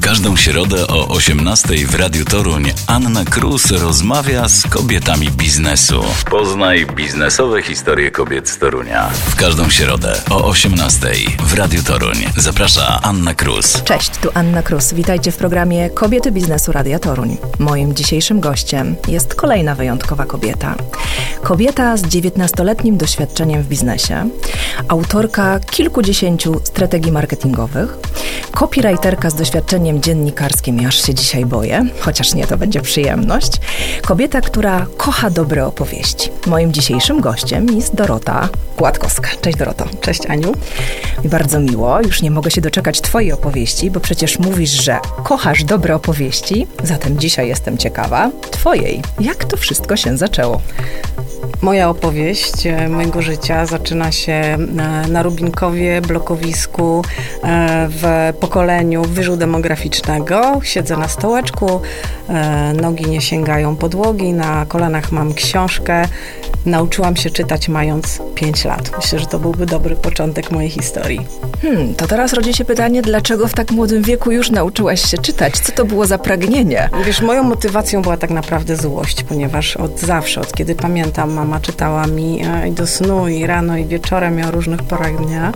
każdą środę o 18:00 w Radiu Toruń Anna Krus rozmawia z kobietami biznesu. Poznaj biznesowe historie kobiet z Torunia. W każdą środę o 18:00 w Radiu Toruń zaprasza Anna Krus. Cześć, tu Anna Krus. Witajcie w programie Kobiety biznesu Radia Toruń. Moim dzisiejszym gościem jest kolejna wyjątkowa kobieta. Kobieta z 19-letnim doświadczeniem w biznesie, autorka kilkudziesięciu strategii marketingowych, copywriterka z doświadczeniem dziennikarskim, ja aż się dzisiaj boję, chociaż nie, to będzie przyjemność. Kobieta, która kocha dobre opowieści. Moim dzisiejszym gościem jest Dorota Gładkowska. Cześć Doroto. Cześć Aniu. Mi bardzo miło, już nie mogę się doczekać twojej opowieści, bo przecież mówisz, że kochasz dobre opowieści, zatem dzisiaj jestem ciekawa twojej. Jak to wszystko się zaczęło? Moja opowieść mojego życia zaczyna się na Rubinkowie, blokowisku, w pokoleniu wyżu demograficznego. Siedzę na stołeczku, nogi nie sięgają podłogi, na kolanach mam książkę. Nauczyłam się czytać mając 5 lat. Myślę, że to byłby dobry początek mojej historii. To teraz rodzi się pytanie, dlaczego w tak młodym wieku już nauczyłaś się czytać? Co to było za pragnienie? Wiesz, moją motywacją była tak naprawdę złość, ponieważ od zawsze, od kiedy pamiętam, mama czytała mi i do snu, i rano, i wieczorem, i o różnych porach dnia.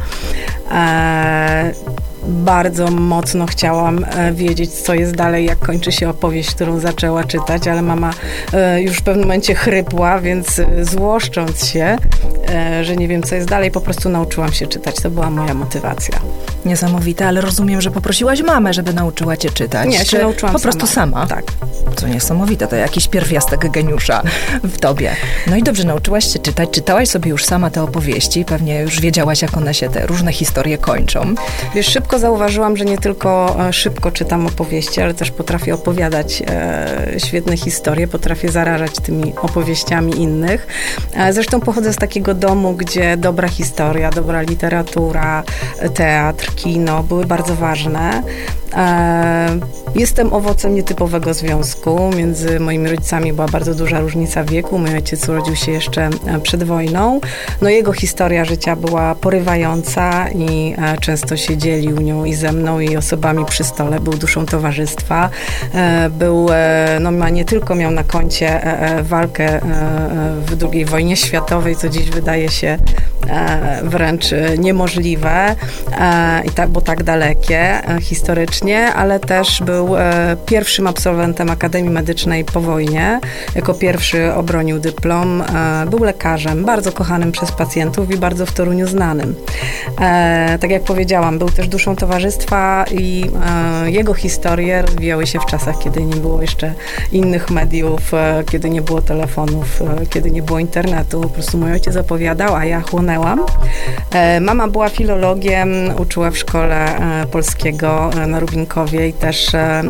Bardzo mocno chciałam wiedzieć, co jest dalej, jak kończy się opowieść, którą zaczęła czytać, ale mama już w pewnym momencie chrypła, więc złoszcząc się, że nie wiem, co jest dalej, po prostu nauczyłam się czytać. To była moja motywacja. Niesamowite, ale rozumiem, że poprosiłaś mamę, żeby nauczyła cię czytać. Nie, się nauczyłam po prostu sama? Tak. Co niesamowite, to jakiś pierwiastek geniusza w tobie. No i dobrze, nauczyłaś się czytać, czytałaś sobie już sama te opowieści, pewnie już wiedziałaś, jak one się, te różne historie kończą. Wiesz, szybko zauważyłam, że nie tylko szybko czytam opowieści, ale też potrafię opowiadać świetne historie, potrafię zarażać tymi opowieściami innych. Zresztą pochodzę z takiego domu, gdzie dobra historia, dobra literatura, teatr, kino były bardzo ważne. Jestem owocem nietypowego związku. Między moimi rodzicami była bardzo duża różnica wieku. Mój ojciec urodził się jeszcze przed wojną. No jego historia życia była porywająca i często się dzielił nią i ze mną, i osobami przy stole. Był duszą towarzystwa. Nie tylko miał na koncie walkę w II wojnie światowej, co dziś wydaje się wręcz niemożliwe, bo tak dalekie historycznie, ale też był pierwszym absolwentem Akademii Medycznej po wojnie. Jako pierwszy obronił dyplom. Był lekarzem, bardzo kochanym przez pacjentów i bardzo w Toruniu znanym. Tak jak powiedziałam, był też duszą towarzystwa i jego historie rozwijały się w czasach, kiedy nie było jeszcze innych mediów, kiedy nie było telefonów, kiedy nie było internetu. Po prostu mój ojciec opowiadał, a ja chłonęłam. Mama była filologiem, uczyła w szkole polskiego na Rubinkowie i też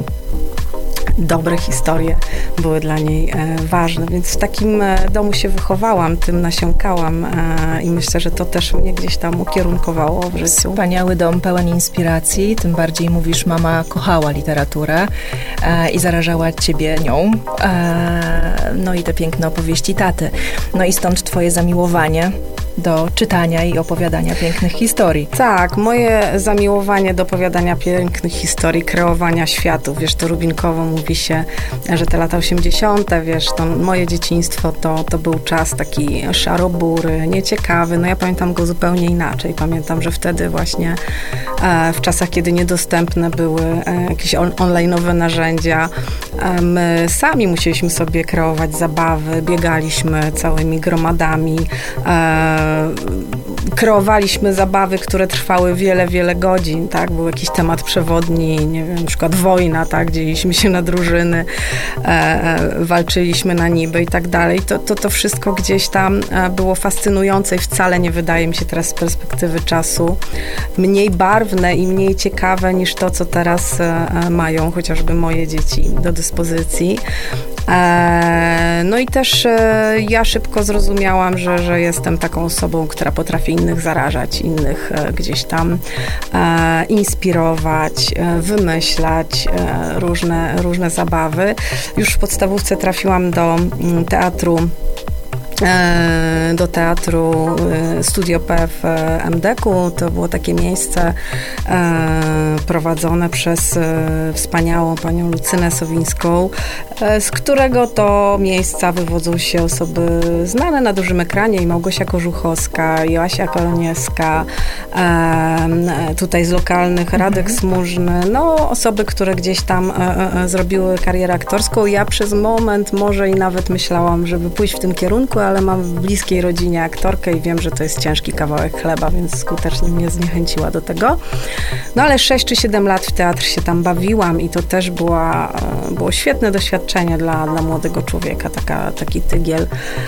dobre historie były dla niej ważne, więc w takim domu się wychowałam, tym nasiąkałam i myślę, że to też mnie gdzieś tam ukierunkowało w życiu. Wspaniały dom, pełen inspiracji, tym bardziej mówisz, mama kochała literaturę i zarażała ciebie nią, no i te piękne opowieści taty. No i stąd twoje zamiłowanie do czytania i opowiadania pięknych historii. Tak, moje zamiłowanie do opowiadania pięknych historii, kreowania światów. Wiesz, to Rubinkowo mówi się, że te lata 80., wiesz, to moje dzieciństwo to był czas taki szarobury, nieciekawy. No ja pamiętam go zupełnie inaczej. Pamiętam, że wtedy właśnie w czasach, kiedy niedostępne były jakieś online'owe narzędzia, my sami musieliśmy sobie kreować zabawy, biegaliśmy całymi gromadami, kreowaliśmy zabawy, które trwały wiele, wiele godzin, tak? Był jakiś temat przewodni, nie wiem, na przykład wojna, tak? Dzieliliśmy się na drużyny, walczyliśmy na niby i tak dalej. To wszystko gdzieś tam było fascynujące i wcale nie wydaje mi się teraz z perspektywy czasu mniej barwne i mniej ciekawe niż to, co teraz mają chociażby moje dzieci do dyspozycji. No i też ja szybko zrozumiałam, że jestem taką osobą, która potrafi innych zarażać, innych gdzieś tam inspirować, wymyślać różne zabawy. Już w podstawówce trafiłam do teatru do teatru Studio P w MDK-u. To było takie miejsce prowadzone przez wspaniałą panią Lucynę Sowińską, z którego to miejsca wywodzą się osoby znane na dużym ekranie, i Małgosia Kożuchowska, Joasia Koloniewska, tutaj z lokalnych Radek Smużny, no osoby, które gdzieś tam zrobiły karierę aktorską. Ja przez moment może i nawet myślałam, żeby pójść w tym kierunku, ale mam w bliskiej rodzinie aktorkę i wiem, że to jest ciężki kawałek chleba, więc skutecznie mnie zniechęciła do tego. No ale 6 czy 7 lat w teatr się tam bawiłam i to też było świetne doświadczenie dla młodego człowieka, taki tygiel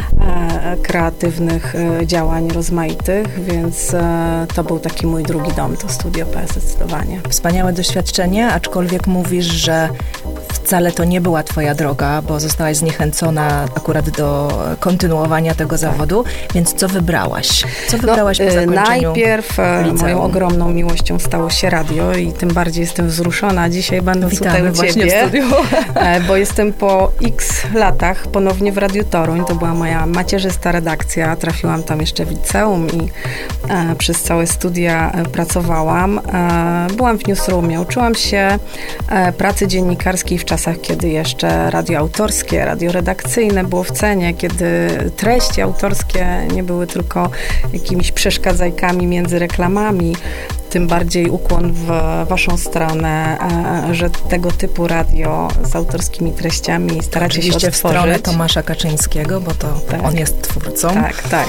kreatywnych działań rozmaitych, więc to był taki mój drugi dom, to Studio P zdecydowanie. Wspaniałe doświadczenie, aczkolwiek mówisz, że wcale to nie była twoja droga, bo zostałaś zniechęcona akurat do kontynuowania tego zawodu, więc co wybrałaś? Co wybrałaś po zakończeniu Najpierw liceum? Moją ogromną miłością stało się radio i tym bardziej jestem wzruszona dzisiaj będąc tutaj u ciebie, w studiu. bo jestem po x latach ponownie w Radiu Toruń. To była moja macierzysta redakcja. Trafiłam tam jeszcze w liceum i przez całe studia pracowałam. Byłam w newsroomie, uczyłam się pracy dziennikarskiej w czasach, kiedy jeszcze radio autorskie, radio redakcyjne było w cenie, kiedy treści autorskie nie były tylko jakimiś przeszkadzajkami między reklamami. Tym bardziej ukłon w waszą stronę, że tego typu radio z autorskimi treściami staracie się odtworzyć. w stronę Tomasza Kaczyńskiego, bo to on jest twórcą. Tak.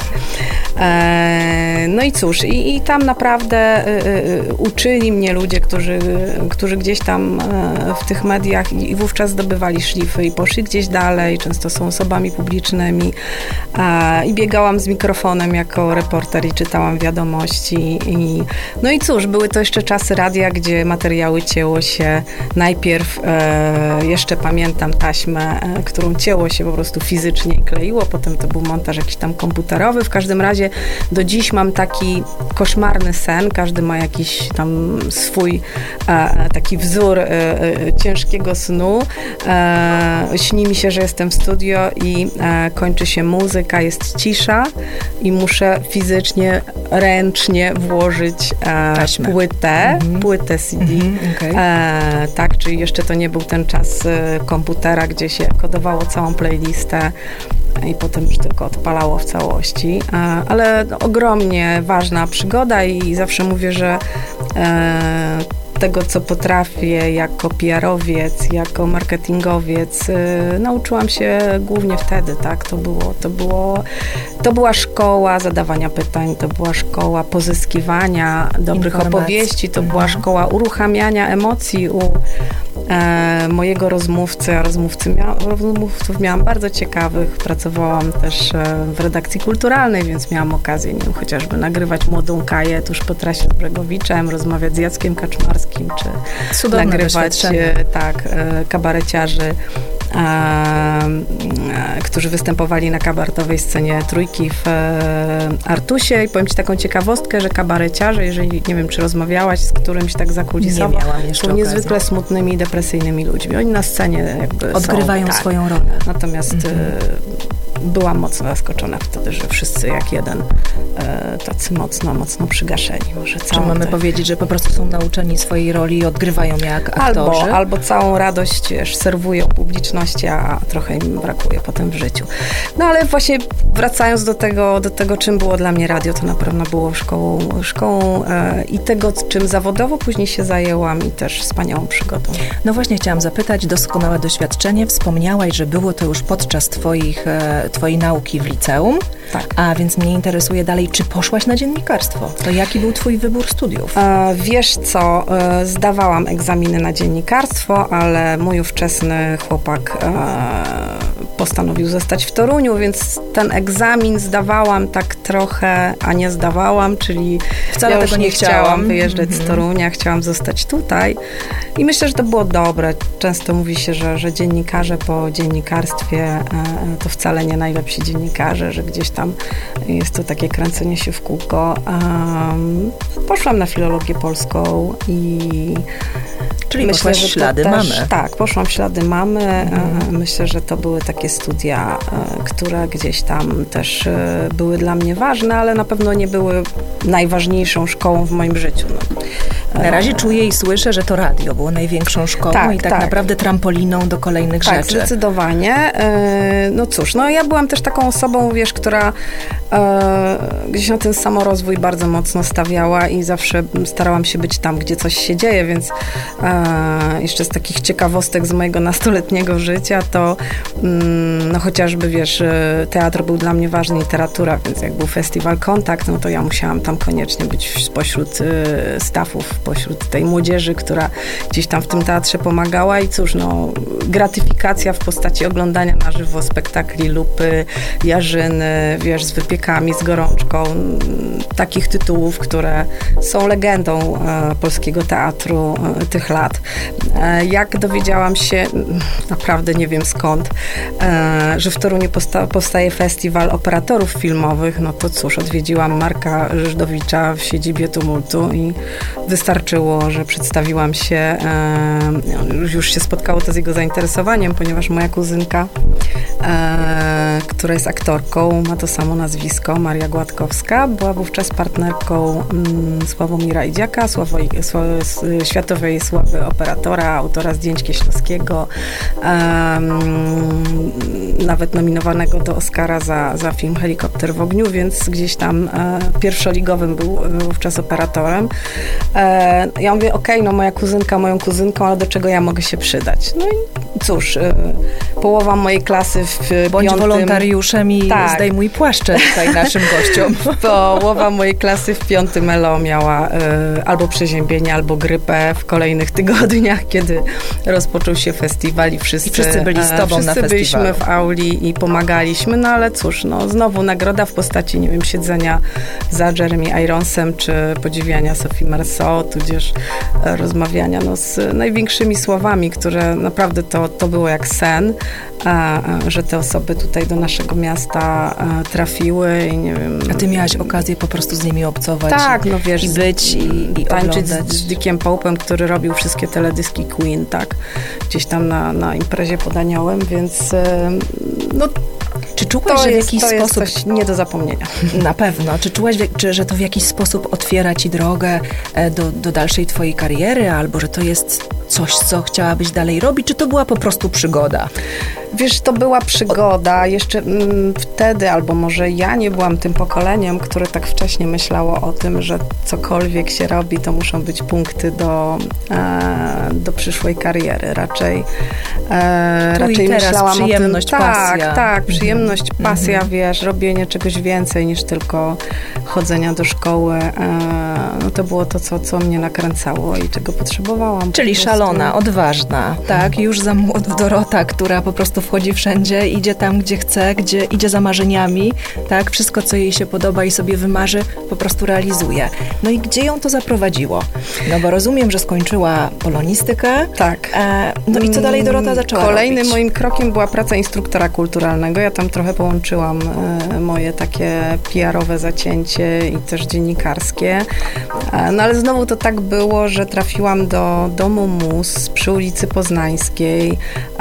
No i cóż, i tam naprawdę uczyli mnie ludzie, którzy gdzieś tam w tych mediach i wówczas zdobywali szlify i poszli gdzieś dalej, często są osobami publicznymi. I biegałam z mikrofonem jako reporter i czytałam wiadomości. No i cóż, były to jeszcze czasy radia, gdzie materiały cięło się najpierw, jeszcze pamiętam taśmę, którą cięło się po prostu fizycznie i kleiło, potem to był montaż jakiś tam komputerowy. W każdym razie do dziś mam taki koszmarny sen, każdy ma jakiś tam swój taki wzór ciężkiego snu. Śni mi się, że jestem w studio i kończy się muzyka, jest cisza i muszę fizycznie, ręcznie włożyć płytę CD. Okay. Tak, czyli jeszcze to nie był ten czas komputera, gdzie się kodowało całą playlistę i potem już tylko odpalało w całości. Ale ogromnie ważna przygoda i zawsze mówię, że tego, co potrafię jako PR-owiec, jako marketingowiec, nauczyłam się głównie wtedy, tak? To była szkoła zadawania pytań, to była szkoła pozyskiwania dobrych opowieści, to była szkoła uruchamiania emocji u mojego rozmówcy, a rozmówców miałam bardzo ciekawych. Pracowałam też w redakcji kulturalnej, więc miałam okazję, chociażby nagrywać Młodą Kaję tuż po trasie z Bregowiczem, rozmawiać z Jackiem Kaczmarskim, czy cudowne nagrywać kabareciarzy, którzy występowali na kabaretowej scenie Trójki w Artusie. I powiem ci taką ciekawostkę, że kabareciarze, jeżeli, nie wiem, czy rozmawiałaś z którymś tak zakulisowo, są niezwykle smutnymi, depresyjnymi ludźmi. Oni na scenie jakby odgrywają swoją rolę. Natomiast byłam mocno zaskoczona wtedy, że wszyscy jak jeden tacy mocno przygaszeni. Może czy mamy powiedzieć, że po prostu są nauczeni swojej roli i odgrywają jak aktorzy? Albo całą radość serwują publiczności, a trochę im brakuje potem w życiu. No ale właśnie wracając do tego, czym było dla mnie radio, to na pewno było szkołą i tego, czym zawodowo później się zajęłam i też wspaniałą przygodą. No właśnie chciałam zapytać, doskonałe doświadczenie. Wspomniałaś, że było to już podczas twojej nauki w liceum. Tak. A więc mnie interesuje dalej, czy poszłaś na dziennikarstwo? To jaki był twój wybór studiów? Wiesz co, zdawałam egzaminy na dziennikarstwo, ale mój ówczesny chłopak postanowił zostać w Toruniu, więc ten egzamin zdawałam tak trochę, a nie zdawałam, czyli wcale ja tego nie chciałam wyjeżdżać z Torunia, chciałam zostać tutaj i myślę, że to było dobre. Często mówi się, że dziennikarze po dziennikarstwie to wcale nie najlepsi dziennikarze, że gdzieś tam jest to takie kręcenie się w kółko. Poszłam na filologię polską i Czyli myślę, że ślady mamy. Tak, poszłam w ślady mamy. Myślę, że to były takie studia, które gdzieś tam też były dla mnie ważne, ale na pewno nie były najważniejszą szkołą w moim życiu. Na razie czuję i słyszę, że to radio było największą szkołą i tak naprawdę trampoliną do kolejnych rzeczy. Tak, zdecydowanie. No cóż, ja byłam też taką osobą, wiesz, która gdzieś na ten samorozwój bardzo mocno stawiała i zawsze starałam się być tam, gdzie coś się dzieje, więc jeszcze z takich ciekawostek z mojego nastoletniego życia, to chociażby, wiesz, teatr był dla mnie ważny, literatura, więc jak był festiwal Kontakt, to ja musiałam tam koniecznie być spośród staffów, pośród tej młodzieży, która gdzieś tam w tym teatrze pomagała i cóż, gratyfikacja w postaci oglądania na żywo spektakli Lupy, Jarzyny, wiesz, z wypiekami, z gorączką, takich tytułów, które są legendą polskiego teatru tych lat. Jak dowiedziałam się, naprawdę nie wiem skąd, że w Toruniu powstaje festiwal operatorów filmowych, to cóż, odwiedziłam Marka Żyżdowicza w siedzibie Tumultu i wystarczyło, że przedstawiłam się, już się spotkało to z jego zainteresowaniem, ponieważ moja kuzynka, która jest aktorką, ma to samo nazwisko, Maria Gładkowska, była wówczas partnerką Sławomira Idziaka, światowej sławy operatora, autora zdjęć Kieślowskiego, nawet nominowanego do Oscara za film Helikopter w ogniu, więc gdzieś tam pierwszoligowym był wówczas operatorem. Ja mówię, moja kuzynka moją kuzynką, ale do czego ja mogę się przydać? No i cóż, połowa mojej klasy w Bądź wolontariuszem i zdejmuj płaszcze tutaj naszym gościom. Połowa mojej klasy w 5. ELO miała albo przeziębienie, albo grypę w kolejnych tygodniach, kiedy rozpoczął się festiwal i wszyscy byli z tobą na festiwalu. Byliśmy w auli i pomagaliśmy, ale cóż, znowu nagroda w postaci, nie wiem, siedzenia za Jeremy Ironsem, czy podziwiania Sophie Marceau, tudzież rozmawiania z największymi sławami, które naprawdę to było jak sen, że te osoby tutaj do naszego miasta trafiły i nie wiem... A ty miałaś okazję po prostu z nimi obcować? Tak, wiesz, i być i tańczyć oglądać. z Dickiem Pope'em, który robił wszystkie teledyski Queen, tak? Gdzieś tam na imprezie pod Aniołem, więc Czy czułaś, że w jakiś sposób... jest coś nie do zapomnienia. Na pewno. Czy czułaś, że to w jakiś sposób otwiera ci drogę do dalszej twojej kariery, albo że to jest coś, co chciałabyś dalej robić, czy to była po prostu przygoda? Wiesz, to była przygoda. Jeszcze wtedy, albo może ja nie byłam tym pokoleniem, które tak wcześnie myślało o tym, że cokolwiek się robi, to muszą być punkty do przyszłej kariery. Raczej myślałam przyjemność, o tym. pasja. Tak, przyjemność, pasja, wiesz, robienie czegoś więcej niż tylko chodzenia do szkoły. To było to, co mnie nakręcało i czego potrzebowałam. Czyli szalona, odważna, tak? Już za młoda Dorota, która po prostu wchodzi wszędzie, idzie tam, gdzie chce, gdzie idzie za marzeniami, tak? Wszystko, co jej się podoba i sobie wymarzy, po prostu realizuje. No i gdzie ją to zaprowadziło? Bo rozumiem, że skończyła polonistykę. Tak. I co dalej Dorota zaczęła Kolejnym robić? moim krokiem była praca instruktora kulturalnego. Ja tam trochę połączyłam moje takie PR-owe zacięcie i też dziennikarskie. Ale znowu to tak było, że trafiłam do Domu Mus przy ulicy Poznańskiej.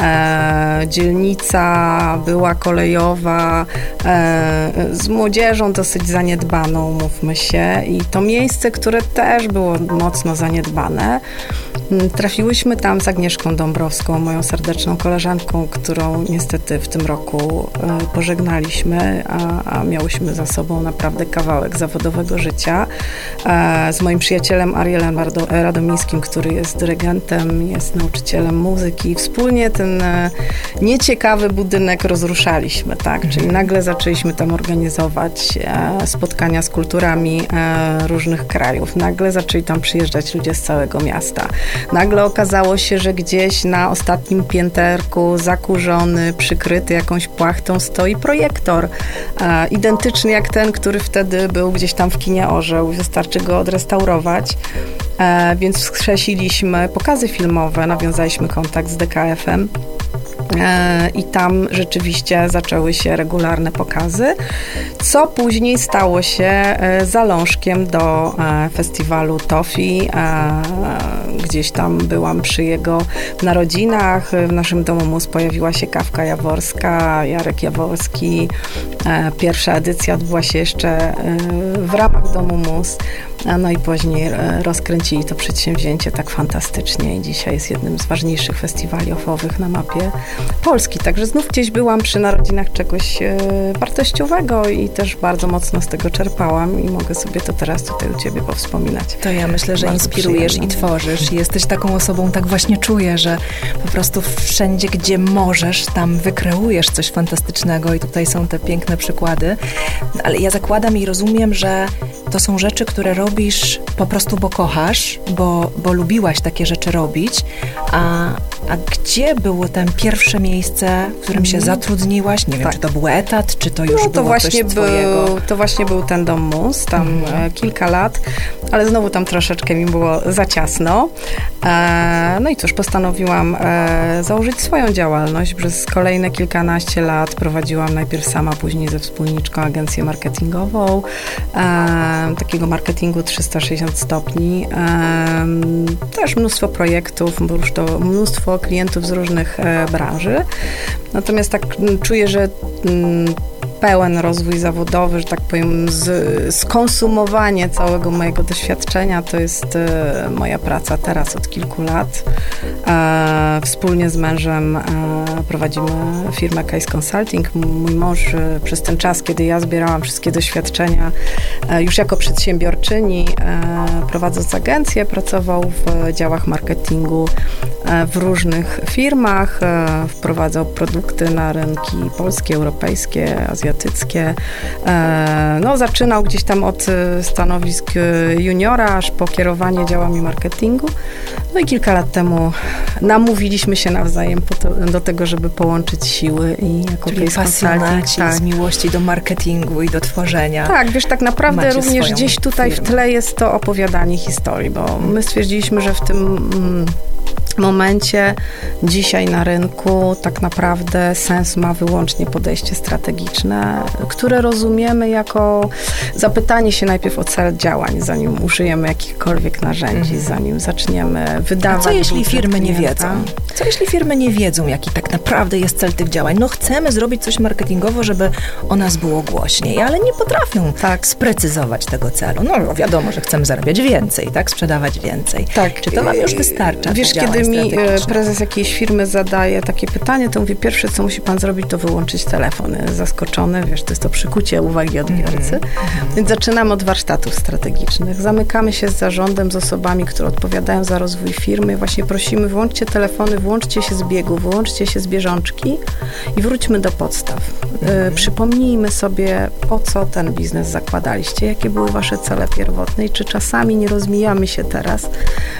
Dzielnica była kolejowa, z młodzieżą dosyć zaniedbaną, mówmy się. I to miejsce, które też było mocno zaniedbane. Trafiłyśmy tam z Agnieszką Dąbrowską, moją serdeczną koleżanką, którą niestety w tym roku pożegnaliśmy, a miałyśmy za sobą naprawdę kawałek zawodowego życia. Z moim przyjacielem Arielem Radomińskim, który jest dyrygentem, jest nauczycielem muzyki. Wspólnie ten nieciekawy budynek rozruszaliśmy, tak? Czyli nagle zaczęliśmy tam organizować spotkania z kulturami różnych krajów. Nagle zaczęli tam przyjeżdżać ludzie z całego miasta. Nagle okazało się, że gdzieś na ostatnim pięterku, zakurzony, przykryty jakąś płachtą, stoi projektor. Identyczny jak ten, który wtedy był gdzieś tam w kinie Orzeł. Wystarczy go odrestaurować. Więc wskrzesiliśmy pokazy filmowe, nawiązaliśmy kontakt z DKF-em. I tam rzeczywiście zaczęły się regularne pokazy, co później stało się zalążkiem do festiwalu Toffee. Gdzieś tam byłam przy jego narodzinach. W naszym Domu Mus pojawiła się Kawka Jaworska, Jarek Jaworski. Pierwsza edycja odbyła się jeszcze w ramach Domu Mus. No i później rozkręcili to przedsięwzięcie tak fantastycznie i dzisiaj jest jednym z ważniejszych festiwali ofowych na mapie Polski. Także znów gdzieś byłam przy narodzinach czegoś wartościowego i też bardzo mocno z tego czerpałam i mogę sobie to teraz tutaj u Ciebie powspominać. To ja myślę, że bardzo inspirujesz i tworzysz. Jesteś taką osobą, tak właśnie czuję, że po prostu wszędzie, gdzie możesz, tam wykreujesz coś fantastycznego i tutaj są te piękne przykłady. Ale ja zakładam i rozumiem, że to są rzeczy, które robisz po prostu, bo kochasz, bo lubiłaś takie rzeczy robić, a gdzie było ten pierwsze miejsce, w którym się zatrudniłaś? Nie wiem, czy to był etat, czy to już było coś twojego? To właśnie był ten Dom Mus, tam kilka lat, ale znowu tam troszeczkę mi było za ciasno. No i cóż, postanowiłam założyć swoją działalność. Przez kolejne kilkanaście lat prowadziłam najpierw sama, później ze wspólniczką agencję marketingową, takiego marketingu 360 stopni. Też mnóstwo projektów, bo już to mnóstwo klientów z różnych branży. Natomiast tak czuję, że pełen rozwój zawodowy, że tak powiem, skonsumowanie całego mojego doświadczenia to jest moja praca teraz od kilku lat. Wspólnie z mężem prowadzimy firmę Case Consulting. Mój mąż przez ten czas, kiedy ja zbierałam wszystkie doświadczenia już jako przedsiębiorczyni, prowadząc agencję, pracował w działach marketingu w różnych firmach, wprowadzał produkty na rynki polskie, europejskie, azjatyckie. No, zaczynał gdzieś tam od stanowisk juniora, aż po kierowanie działami marketingu. No i kilka lat temu namówiliśmy się nawzajem do tego, żeby połączyć siły i jako pasjonaci z miłości do marketingu i do tworzenia. Tak, wiesz, tak naprawdę również gdzieś tutaj w tle jest to opowiadanie historii, bo my stwierdziliśmy, że w tym momencie dzisiaj na rynku tak naprawdę sens ma wyłącznie podejście strategiczne, które rozumiemy jako zapytanie się najpierw o cel działań, zanim użyjemy jakichkolwiek narzędzi, zanim zaczniemy wydawać. A co jeśli firmy nie wiedzą? Co jeśli firmy nie wiedzą, jaki tak naprawdę jest cel tych działań? No chcemy zrobić coś marketingowo, żeby o nas było głośniej, ale nie potrafią sprecyzować tego celu. No wiadomo, że chcemy zarabiać więcej, tak? Sprzedawać więcej. Tak. Czy to wam już wystarcza? Wiesz, kiedy mi prezes jakiejś firmy zadaje takie pytanie, to mówię, pierwsze, co musi pan zrobić, to wyłączyć telefon. Zaskoczony, wiesz, to jest to przykucie uwagi odbiorcy. Więc zaczynamy od warsztatów strategicznych. Zamykamy się z zarządem, z osobami, które odpowiadają za rozwój firmy. Właśnie prosimy, wyłączcie telefony, wyłączcie się z biegu, wyłączcie się z bieżączki i wróćmy do podstaw. Przypomnijmy sobie, po co ten biznes zakładaliście, jakie były wasze cele pierwotne i czy czasami nie rozmijamy się teraz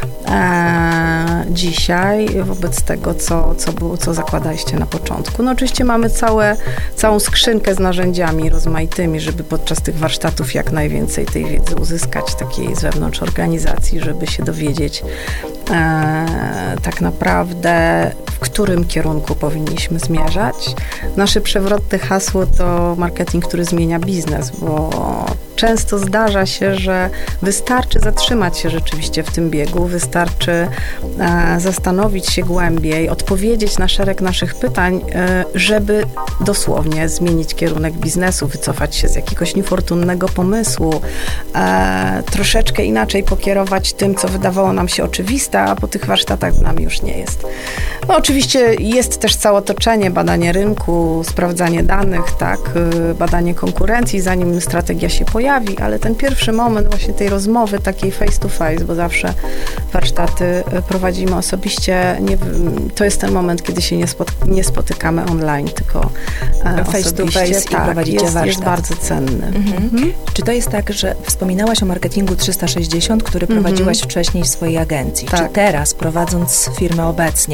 dzisiaj wobec tego, co zakładaliście na początku. No oczywiście mamy całą skrzynkę z narzędziami rozmaitymi, żeby podczas tych warsztatów jak najwięcej tej wiedzy uzyskać, takiej z wewnątrz organizacji, żeby się dowiedzieć tak naprawdę, w którym kierunku powinniśmy zmierzać. Nasze przewrotne hasło to marketing, który zmienia biznes, bo często zdarza się, że wystarczy zatrzymać się rzeczywiście w tym biegu, wystarczy zastanowić się głębiej, odpowiedzieć na szereg naszych pytań, żeby dosłownie zmienić kierunek biznesu, wycofać się z jakiegoś niefortunnego pomysłu, troszeczkę inaczej pokierować tym, co wydawało nam się oczywiste, a po tych warsztatach z nami już nie jest. No oczywiście jest też całe otoczenie, badanie rynku, sprawdzanie danych, tak, badanie konkurencji, zanim strategia się pojawi, ale ten pierwszy moment właśnie tej rozmowy takiej face to face, bo zawsze warsztaty prowadzimy osobiście, to jest ten moment, kiedy się nie spotykamy online, tylko face to face i prowadzicie warsztat. Jest bardzo cenny. Czy to jest tak, że wspominałaś o marketingu 360, który prowadziłaś wcześniej w swojej agencji? Tak. Czy teraz, prowadząc firmę obecnie,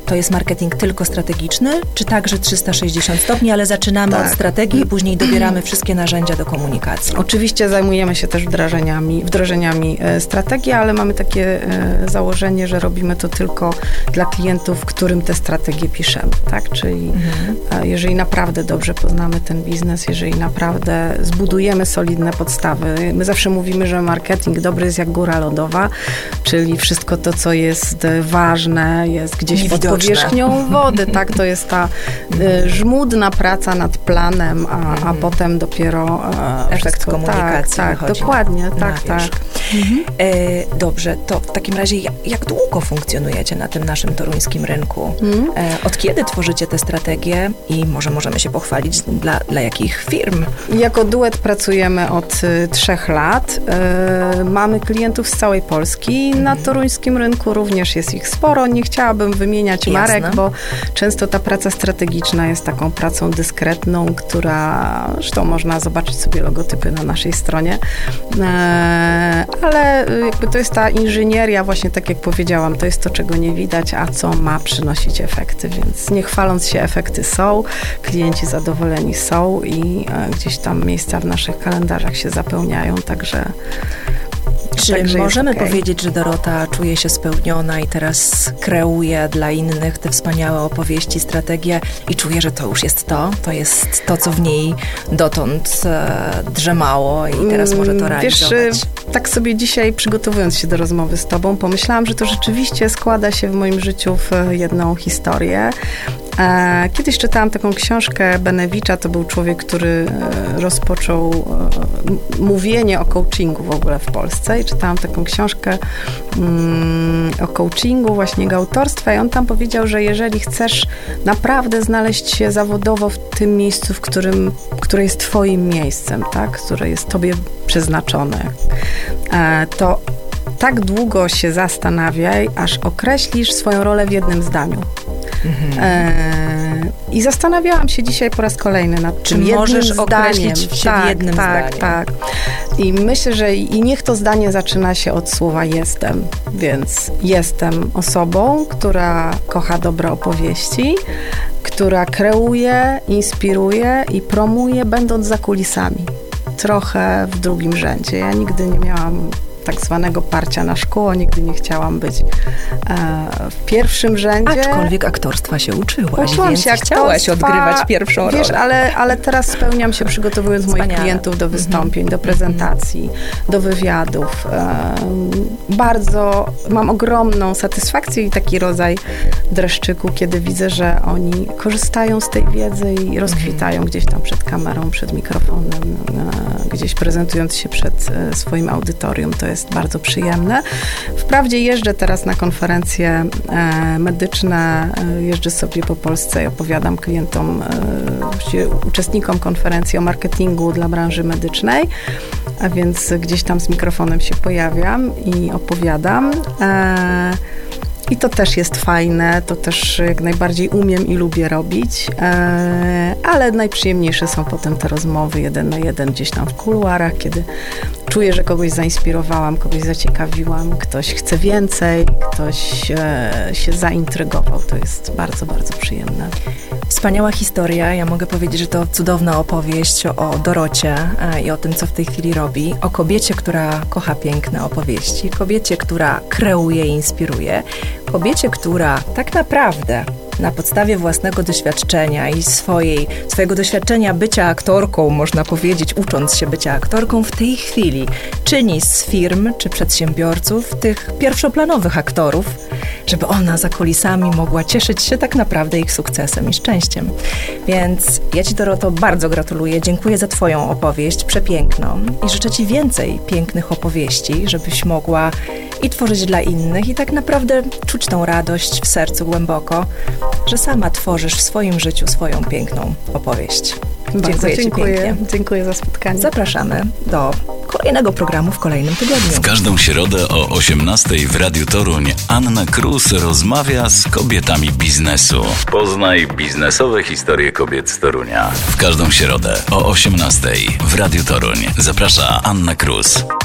to jest marketing tylko strategiczny, czy także 360 stopni, ale zaczynamy od strategii i później dobieramy wszystkie narzędzia do komunikacji? Oczywiście zajmujemy się też wdrożeniami strategii, ale mamy takie założenie, że robimy to tylko dla klientów, którym te strategie piszemy, tak? Czyli jeżeli naprawdę dobrze poznamy ten biznes, jeżeli naprawdę zbudujemy solidne podstawy. My zawsze mówimy, że marketing dobry jest jak góra lodowa, czyli wszystko to, co jest ważne, jest gdzieś pod powierzchnią wody, tak? To jest ta żmudna praca nad planem, a potem dopiero efekt komunikacji. Tak, dokładnie, tak. Dobrze, to w takim razie jak długo funkcjonujecie na tym naszym toruńskim rynku? Od kiedy tworzycie te strategie i może możemy się pochwalić dla jakich firm? Jako duet pracujemy od 3 lat. Mamy klientów z całej Polski. Na toruńskim rynku również jest ich sporo. Nie chciałabym wymieniać marek, bo często ta praca strategiczna jest taką pracą dyskretną, która, zresztą można zobaczyć sobie logotypy na naszej stronie, ale jakby to jest ta inżynieria, właśnie tak jak powiedziałam, to jest to, czego nie widać, a co ma przynosić efekty, więc nie chwaląc się, efekty są, klienci zadowoleni są i gdzieś tam miejsca w naszych kalendarzach się zapełniają, także Czy możemy powiedzieć, że Dorota czuje się spełniona i teraz kreuje dla innych te wspaniałe opowieści, strategie i czuje, że to już jest to, co w niej dotąd drzemało i teraz może to realizować? Wiesz, tak sobie dzisiaj przygotowując się do rozmowy z tobą, pomyślałam, że to rzeczywiście składa się w moim życiu w jedną historię. Kiedyś czytałam taką książkę Benewicza, to był człowiek, który rozpoczął mówienie o coachingu w ogóle w Polsce i czytałam taką książkę o coachingu, właśnie jego autorstwa i on tam powiedział, że jeżeli chcesz naprawdę znaleźć się zawodowo w tym miejscu, które jest twoim miejscem, tak, które jest tobie przeznaczone, to tak długo się zastanawiaj, aż określisz swoją rolę w jednym zdaniu. I zastanawiałam się dzisiaj po raz kolejny nad czym możesz określić się w jednym zdaniem. Tak. I myślę, że i niech to zdanie zaczyna się od słowa jestem. Więc jestem osobą, która kocha dobre opowieści, która kreuje, inspiruje i promuje, będąc za kulisami. Trochę w drugim rzędzie. Ja nigdy nie miałam tak zwanego parcia na szkło, nigdy nie chciałam być w pierwszym rzędzie. Aczkolwiek aktorstwa się uczyłaś, Uczyłam więc się chciałaś odgrywać pierwszą rolę. Wiesz, ale teraz spełniam się przygotowując moich klientów do wystąpień, do prezentacji, do wywiadów. Bardzo mam ogromną satysfakcję i taki rodzaj dreszczyku, kiedy widzę, że oni korzystają z tej wiedzy i rozkwitają gdzieś tam przed kamerą, przed mikrofonem, gdzieś prezentując się przed swoim audytorium. To jest bardzo przyjemne. Wprawdzie jeżdżę teraz na konferencje medyczne, jeżdżę sobie po Polsce i opowiadam klientom, uczestnikom konferencji o marketingu dla branży medycznej, a więc gdzieś tam z mikrofonem się pojawiam i opowiadam. I to też jest fajne, to też jak najbardziej umiem i lubię robić, ale najprzyjemniejsze są potem te rozmowy 1 na 1 gdzieś tam w kuluarach, kiedy czuję, że kogoś zainspirowałam, kogoś zaciekawiłam, ktoś chce więcej, ktoś się zaintrygował. To jest bardzo, bardzo przyjemne. Wspaniała historia. Ja mogę powiedzieć, że to cudowna opowieść o Dorocie i o tym, co w tej chwili robi. O kobiecie, która kocha piękne opowieści. Kobiecie, która kreuje i inspiruje. Kobiecie, która tak naprawdę na podstawie własnego doświadczenia i swojego doświadczenia bycia aktorką, można powiedzieć, ucząc się bycia aktorką, w tej chwili czyni z firm czy przedsiębiorców tych pierwszoplanowych aktorów, żeby ona za kulisami mogła cieszyć się tak naprawdę ich sukcesem i szczęściem. Więc ja Ci, Doroto, bardzo gratuluję. Dziękuję za Twoją opowieść, przepiękną i życzę Ci więcej pięknych opowieści, żebyś mogła i tworzyć dla innych i tak naprawdę czuć tą radość w sercu głęboko, że sama tworzysz w swoim życiu swoją piękną opowieść. Dziękuję Ci pięknie. Dziękuję za spotkanie. Zapraszamy do kolejnego programu w kolejnym tygodniu. W każdą środę o 18:00 w Radiu Toruń Anna Krus rozmawia z kobietami biznesu. Poznaj biznesowe historie kobiet z Torunia. W każdą środę o 18:00 w Radiu Toruń zaprasza Anna Krus.